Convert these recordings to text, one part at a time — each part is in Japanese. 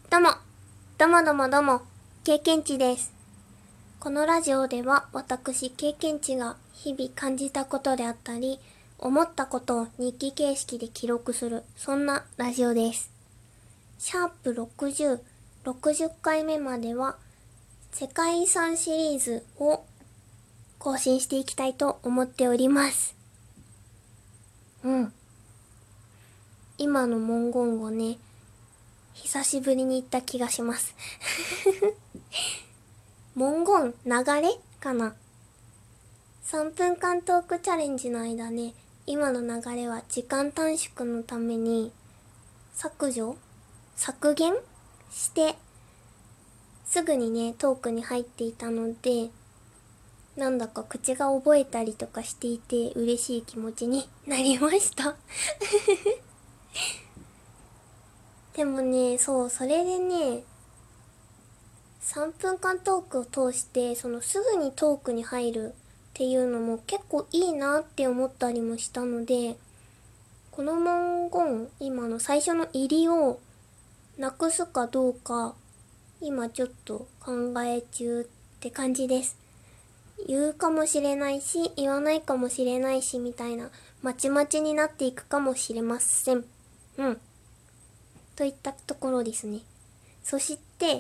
どうも、どうもどうもどうも、経験値です。このラジオでは私経験値が日々感じたことであったり、思ったことを日記形式で記録する、そんなラジオです。シャープ60、60回目までは世界遺産シリーズを更新していきたいと思っております。今の文言をね、久しぶりに言った気がします。文言、流れかな。3分間トークチャレンジの間ね、今の流れは時間短縮のために削減して、すぐにね、トークに入っていたので、なんだか口が覚えたりとかしていて嬉しい気持ちになりました。でもね、それでね、3分間トークを通して、すぐにトークに入るっていうのも結構いいなって思ったりもしたので、この文言、今の最初の入りをなくすかどうか、今ちょっと考え中って感じです。言うかもしれないし、言わないかもしれないしみたいな、まちまちになっていくかもしれません。といったところですね。そして、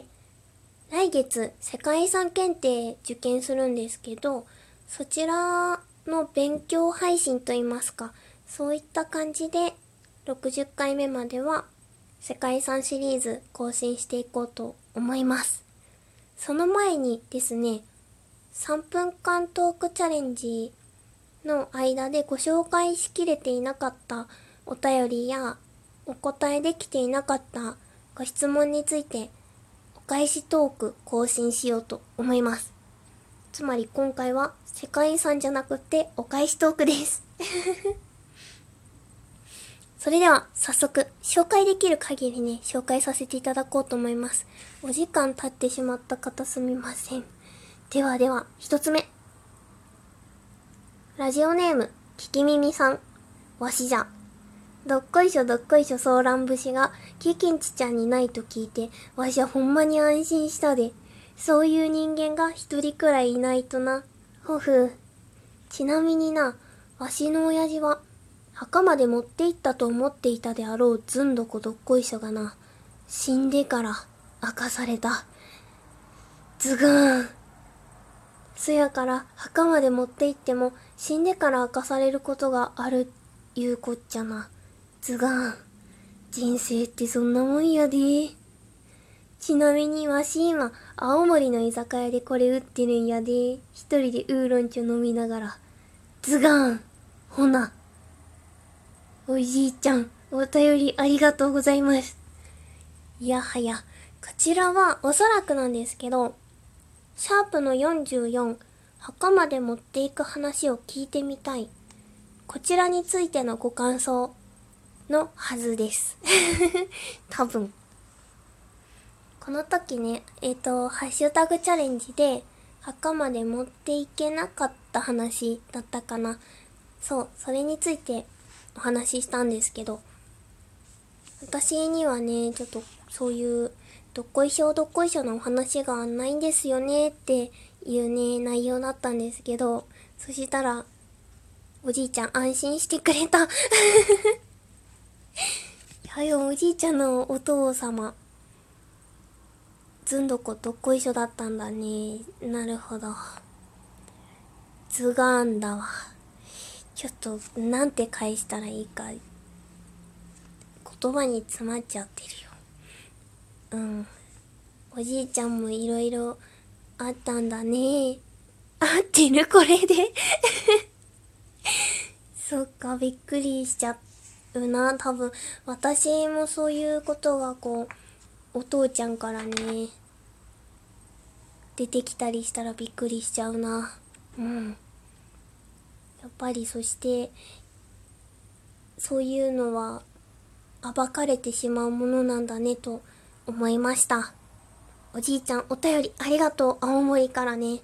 来月世界遺産検定受験するんですけど、そちらの勉強配信といいますか、そういった感じで60回目までは世界遺産シリーズ更新していこうと思います。その前にですね、3分間トークチャレンジの間でご紹介しきれていなかったお便りやお答えできていなかったご質問についてお返しトーク更新しようと思います。つまり今回は世界遺産じゃなくてお返しトークです。それでは早速紹介できる限りね、紹介させていただこうと思います。お時間経ってしまった方すみません。では一つ目。ラジオネーム、ききみみさん。わしじゃ。どっこいしょソーラン節が経験値ちゃんにないと聞いて、わしはほんまに安心したで。そういう人間が一人くらいいないとな。ほふ。ちなみにな、わしの親父は、墓まで持って行ったと思っていたであろうずんどこどっこいしょがな、死んでから明かされた。ズグーン。そやから墓まで持って行っても死んでから明かされることがあるいうこっちゃな。ズガーン。人生ってそんなもんやで。ちなみにわし今青森の居酒屋でこれ売ってるんやで。一人でウーロン茶飲みながら。ズガーン。ほな。おじいちゃん、お便りありがとうございます。いやはや、こちらはおそらくなんですけど、シャープの44、墓まで持っていく話を聞いてみたい。こちらについてのご感想のはずです。多分。この時ね、ハッシュタグチャレンジで、墓まで持っていけなかった話だったかな。そう、それについてお話ししたんですけど、私にはね、ちょっとそういうどっこいしょのお話がないんですよねっていうね、内容だったんですけど、そしたら、おじいちゃん安心してくれた。はい、おじいちゃんのお父様。ずんどこどっこいしょだったんだね。なるほど。ずがんだわ。ちょっと、なんて返したらいいか、言葉に詰まっちゃってるよ。おじいちゃんもいろいろあったんだね。合ってるこれで。そっか、びっくりしちゃうな。多分、私もそういうことがお父ちゃんからね、出てきたりしたらびっくりしちゃうな。やっぱりそして、そういうのは暴かれてしまうものなんだねと思いました。おじいちゃんお便りありがとう。青森からね。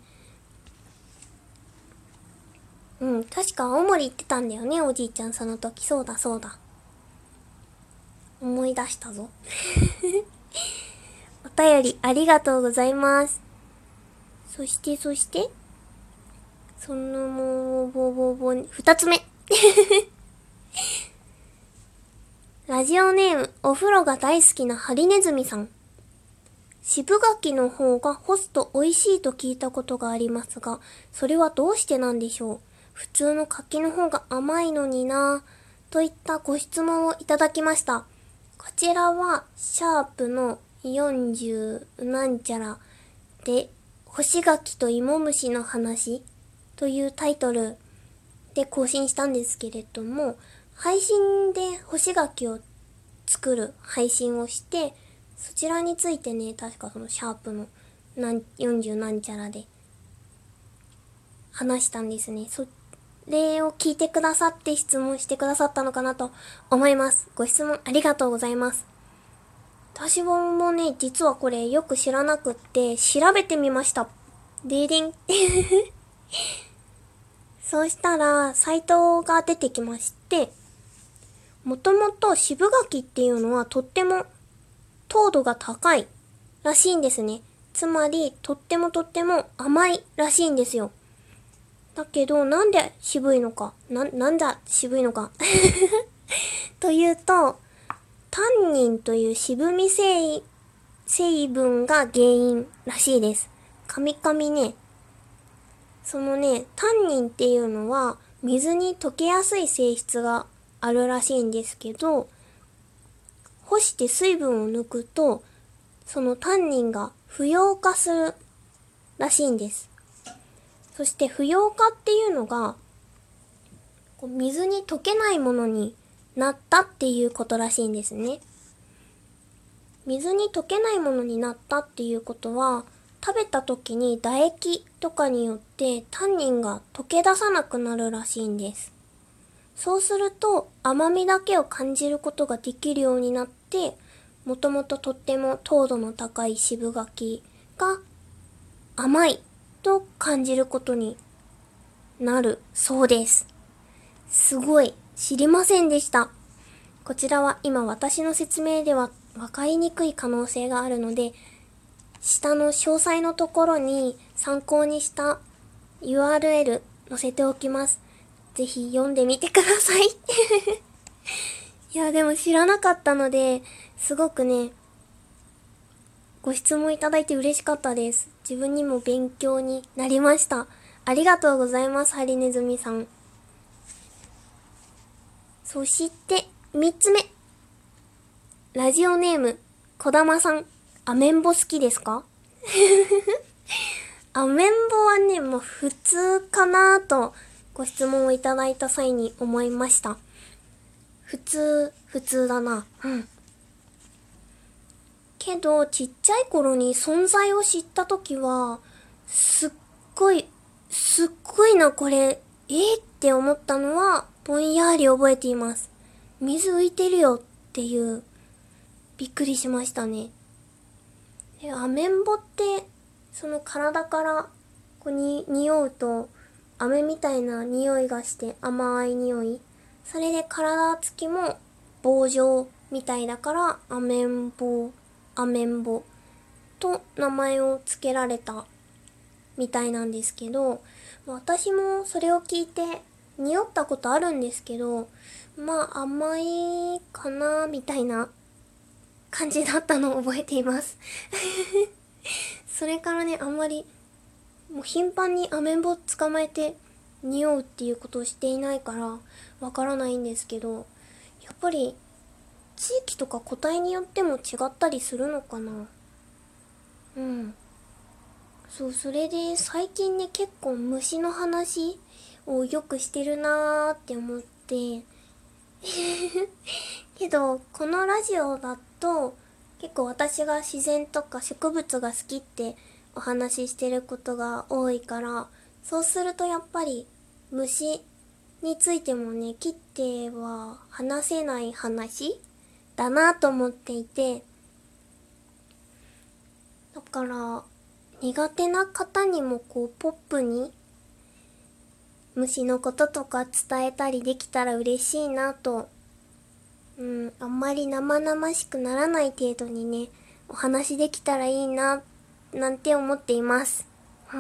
確か青森行ってたんだよね、おじいちゃんその時。そうだ。思い出したぞ。 便りありがとうございます。そして、その二つ目。ラジオネーム、お風呂が大好きなハリネズミさん。渋柿の方が干すと美味しいと聞いたことがありますが、それはどうしてなんでしょう。普通の柿の方が甘いのになぁ、といったご質問をいただきました。こちらは、シャープの40なんちゃらで、干し柿と芋虫の話というタイトルで更新したんですけれども、配信で干し柿を作る配信をして、そちらについてね、確かそのシャープの40なんちゃらで話したんですね。それを聞いてくださって質問してくださったのかなと思います。ご質問ありがとうございます。私もね、実はこれよく知らなくって調べてみました。デデンそうしたらサイトが出てきまして、もともと渋柿っていうのはとっても糖度が高いらしいんですね。つまり、とっても甘いらしいんですよ。だけど、なんで渋いのか。なんだ渋いのか。というと、タンニンという渋み成分が原因らしいです。カミカミね。そのね、タンニンっていうのは、水に溶けやすい性質があるらしいんですけど、干して水分を抜くと、そのタンニンが不溶化するらしいんです。そして不溶化っていうのが、水に溶けないものになったっていうことらしいんですね。水に溶けないものになったっていうことは、食べた時に唾液とかによってタンニンが溶け出さなくなるらしいんです。そうすると甘みだけを感じることができるようになって、もともととっても糖度の高い渋柿が甘いと感じることになるそうです。すごい、知りませんでした。こちらは今私の説明では分かりにくい可能性があるので、下の詳細のところに参考にした URL 載せておきます。ぜひ読んでみてください。いや、でも知らなかったので、すごくね、ご質問いただいて嬉しかったです。自分にも勉強になりました。ありがとうございます、ハリネズミさん。そして、3つ目。ラジオネーム、こだまさん。アメンボ好きですか？アメンボはね、もう普通かなとご質問をいただいた際に思いました。普通だな。うん。けど、ちっちゃい頃に存在を知ったときは、すっごいなこれ、って思ったのは、ぼんやり覚えています。水浮いてるよっていう、びっくりしましたね。で、アメンボって、その体から匂うと、飴みたいな匂いがして甘い匂い。それで体つきも棒状みたいだからアメンボと名前を付けられたみたいなんですけど、私もそれを聞いて匂ったことあるんですけど、まあ甘いかなみたいな感じだったのを覚えています。それからね、あんまりもう頻繁にアメンボ捕まえて匂うっていうことをしていないからわからないんですけど、やっぱり地域とか個体によっても違ったりするのかな。うん。そう、それで最近ね、結構虫の話をよくしてるなーって思って、けどこのラジオだと結構私が自然とか植物が好きってお話ししてることが多いから、そうするとやっぱり虫についてもね、切っては話せない話だなと思っていて、だから苦手な方にもポップに虫のこととか伝えたりできたら嬉しいなと、あんまり生々しくならない程度にね、 お話できたらいいな、なんて思っています。うん。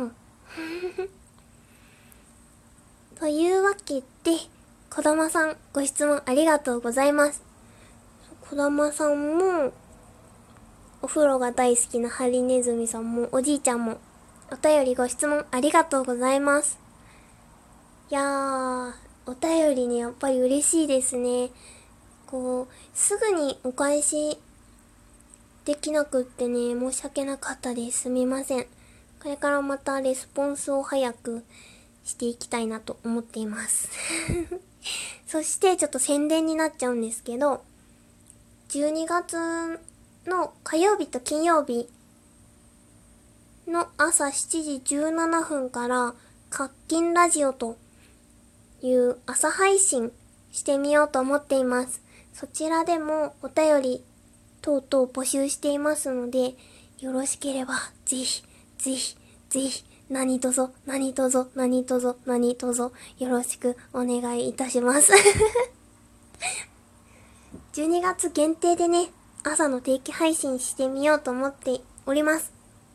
というわけで、こだまさんご質問ありがとうございます。こだまさんも、お風呂が大好きなハリネズミさんも、おじいちゃんも、お便りご質問ありがとうございます。いやー、お便りね、やっぱり嬉しいですね。すぐにお返しできなくってね、申し訳なかったです。すみません。これからまたレスポンスを早くしていきたいなと思っています。そしてちょっと宣伝になっちゃうんですけど、12月の火曜日と金曜日の朝7時17分から活金ラジオという朝配信してみようと思っています。そちらでもお便り等々募集していますので、よろしければぜひぜひぜひ何卒よろしくお願いいたします。12月限定でね、朝の定期配信してみようと思っております。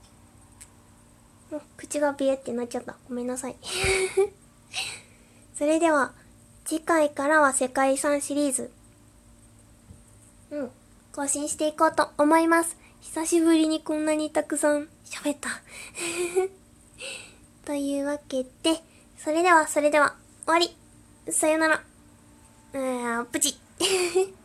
口がビエってなっちゃった。ごめんなさい。それでは、次回からは世界遺産シリーズ、更新していこうと思います。久しぶりにこんなにたくさん喋った。というわけで、それでは、終わり。さよなら。プチ。